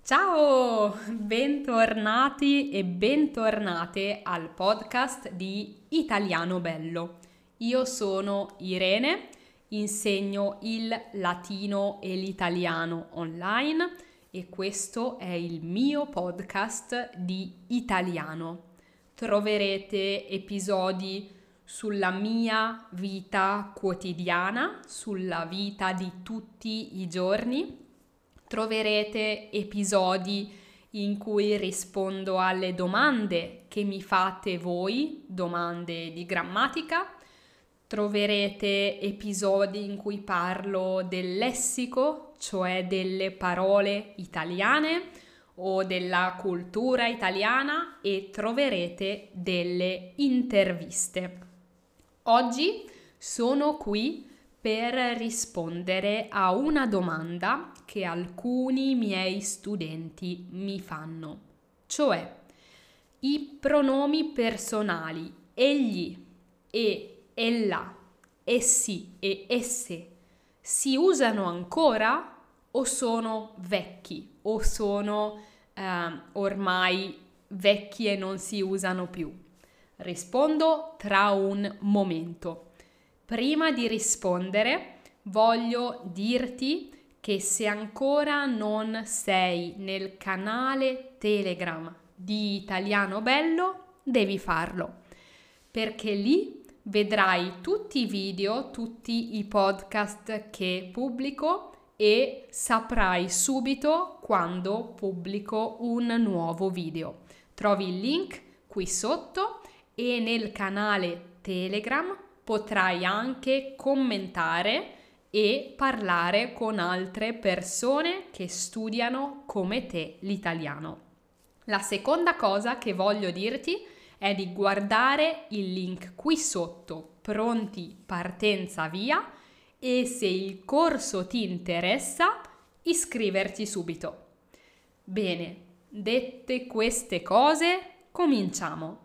Ciao, bentornati e bentornate al podcast di Italiano Bello. Io sono Irene, insegno il latino e l'italiano online e questo è il mio podcast di italiano. Troverete episodi sulla mia vita quotidiana, sulla vita di tutti i giorni. Troverete episodi in cui rispondo alle domande che mi fate voi, domande di grammatica. Troverete episodi in cui parlo del lessico, cioè delle parole italiane o della cultura italiana, e troverete delle interviste. Oggi sono qui per rispondere a una domanda che alcuni miei studenti mi fanno, cioè i pronomi personali egli e ella, essi e esse si usano ancora o sono vecchi o sono ormai vecchi e non si usano più? Rispondo tra un momento. Prima di rispondere, voglio dirti che se ancora non sei nel canale Telegram di Italiano Bello, devi farlo, perché lì vedrai tutti i video, tutti i podcast che pubblico e saprai subito quando pubblico un nuovo video. Trovi il link qui sotto e nel canale Telegram potrai anche commentare e parlare con altre persone che studiano come te l'italiano. La seconda cosa che voglio dirti è di guardare il link qui sotto, pronti, partenza, via, e se il corso ti interessa, iscriverti subito. Bene, dette queste cose, cominciamo.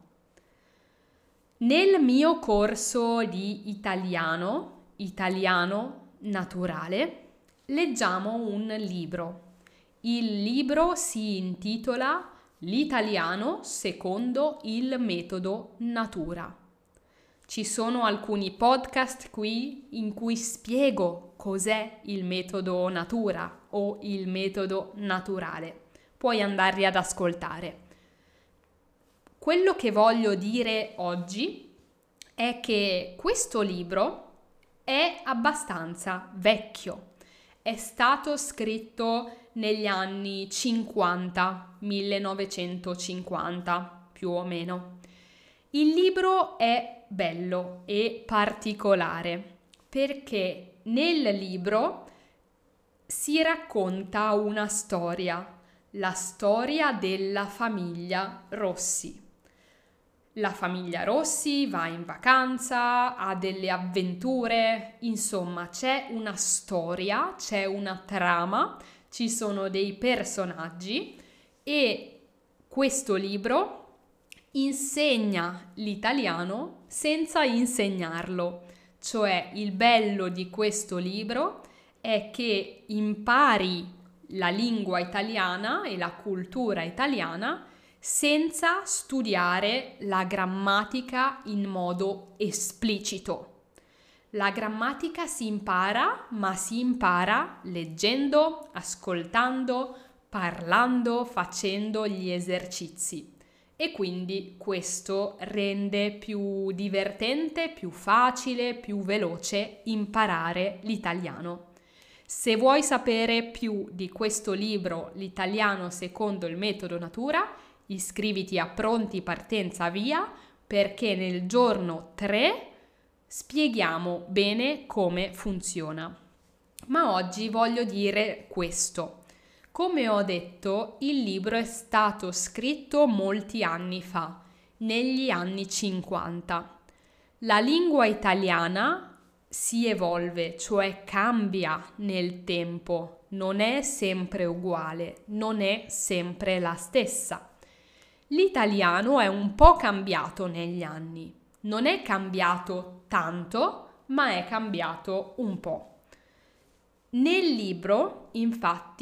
Nel mio corso di italiano naturale, leggiamo un libro. Il libro si intitola L'italiano secondo il metodo Natura. Ci sono alcuni podcast qui in cui spiego cos'è il metodo Natura o il metodo naturale. Puoi andarli ad ascoltare. Quello che voglio dire oggi è che questo libro è abbastanza vecchio. È stato scritto negli anni 50, 1950 più o meno. Il libro è bello e particolare perché nel libro si racconta una storia, la storia della famiglia Rossi. La famiglia Rossi va in vacanza, ha delle avventure, insomma c'è una storia, c'è una trama, ci sono dei personaggi e questo libro insegna l'italiano senza insegnarlo. Cioè il bello di questo libro è che impari la lingua italiana e la cultura italiana senza studiare la grammatica in modo esplicito. La grammatica si impara, ma si impara leggendo, ascoltando, parlando, facendo gli esercizi. E quindi questo rende più divertente, più facile, più veloce imparare l'italiano. Se vuoi sapere più di questo libro, L'italiano secondo il metodo Natura, iscriviti a Pronti Partenza Via, perché nel giorno 3 spieghiamo bene come funziona. Ma oggi voglio dire questo. Come ho detto, il libro è stato scritto molti anni fa, negli anni 50. La lingua italiana si evolve, cioè cambia nel tempo, non è sempre uguale, non è sempre la stessa. L'italiano è un po' cambiato negli anni, non è cambiato tanto, ma è cambiato un po'. Nel libro, infatti,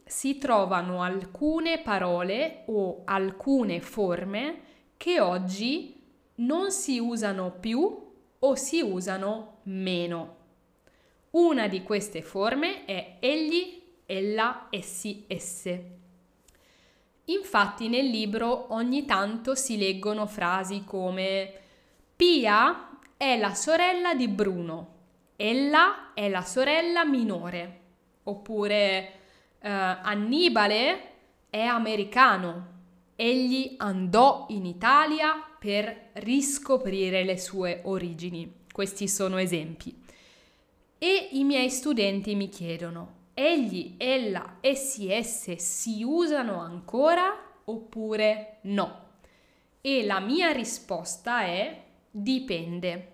si trovano alcune parole o alcune forme che oggi non si usano più o si usano meno. Una di queste forme è egli, ella, essi, esse. Infatti nel libro ogni tanto si leggono frasi come Pia è la sorella di Bruno, ella è la sorella minore, oppure Annibale è americano, egli andò in Italia per riscoprire le sue origini. Questi sono esempi. E i miei studenti mi chiedono, egli, ella, essi, esse si usano ancora oppure no? E la mia risposta è dipende.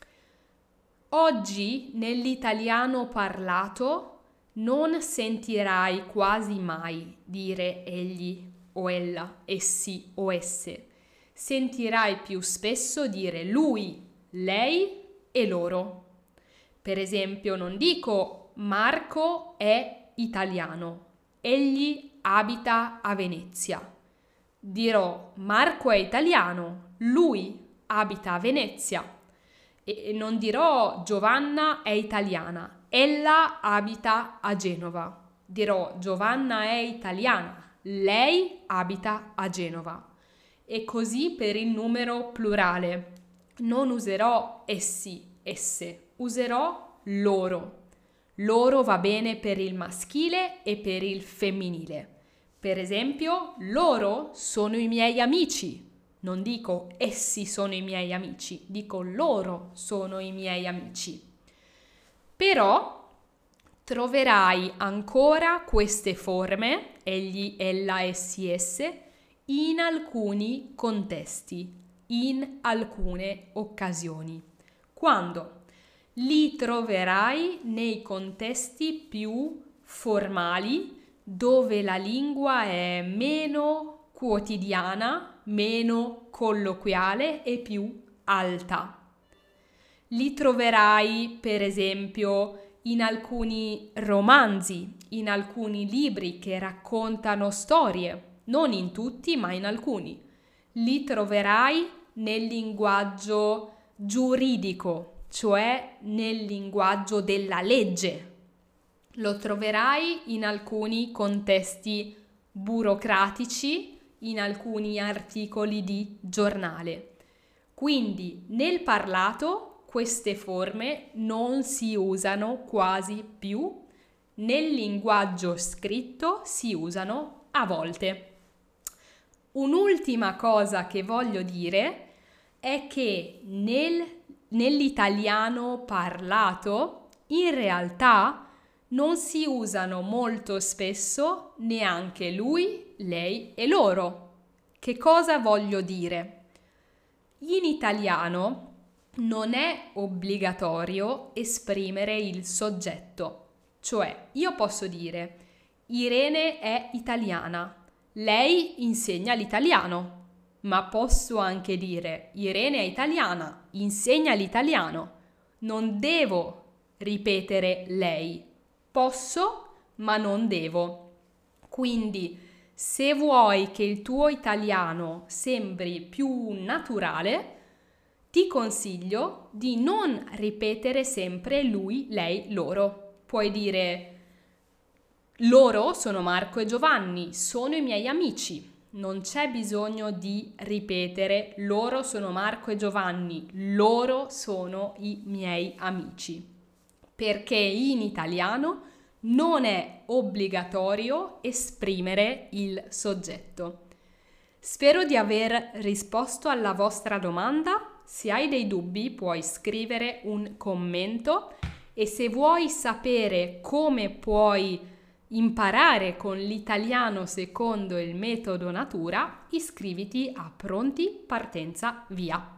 Oggi nell'italiano parlato non sentirai quasi mai dire egli o ella, essi o esse. Sentirai più spesso dire lui, lei e loro. Per esempio, non dico Marco è italiano, egli abita a Venezia. Dirò Marco è italiano, lui abita a Venezia. E non dirò Giovanna è italiana, ella abita a Genova. Dirò Giovanna è italiana, lei abita a Genova. E così per il numero plurale. Non userò essi, esse, userò loro. Loro va bene per il maschile e per il femminile. Per esempio, loro sono i miei amici. Non dico essi sono i miei amici, dico loro sono i miei amici. Però troverai ancora queste forme, egli, ella, essi, esse, in alcuni contesti, in alcune occasioni. Quando? Li troverai nei contesti più formali, dove la lingua è meno quotidiana, meno colloquiale e più alta. Li troverai, per esempio, in alcuni romanzi, in alcuni libri che raccontano storie, non in tutti, ma in alcuni. Li troverai nel linguaggio giuridico, cioè nel linguaggio della legge. Lo troverai in alcuni contesti burocratici, in alcuni articoli di giornale. Quindi nel parlato queste forme non si usano quasi più, nel linguaggio scritto si usano a volte. Un'ultima cosa che voglio dire è che nell'italiano parlato in realtà non si usano molto spesso neanche lui, lei e loro. Che cosa voglio dire? In italiano non è obbligatorio esprimere il soggetto, cioè io posso dire Irene è italiana, lei insegna l'italiano, ma posso anche dire Irene è italiana, insegna l'italiano, non devo ripetere lei. Posso, ma non devo. Quindi, se vuoi che il tuo italiano sembri più naturale, ti consiglio di non ripetere sempre lui, lei, loro. Puoi dire loro sono Marco e Giovanni, sono i miei amici. Non c'è bisogno di ripetere loro sono Marco e Giovanni, loro sono i miei amici. Perché in italiano non è obbligatorio esprimere il soggetto. Spero di aver risposto alla vostra domanda. Se hai dei dubbi puoi scrivere un commento e se vuoi sapere come puoi imparare con l'italiano secondo il metodo Natura, iscriviti a Pronti Partenza Via.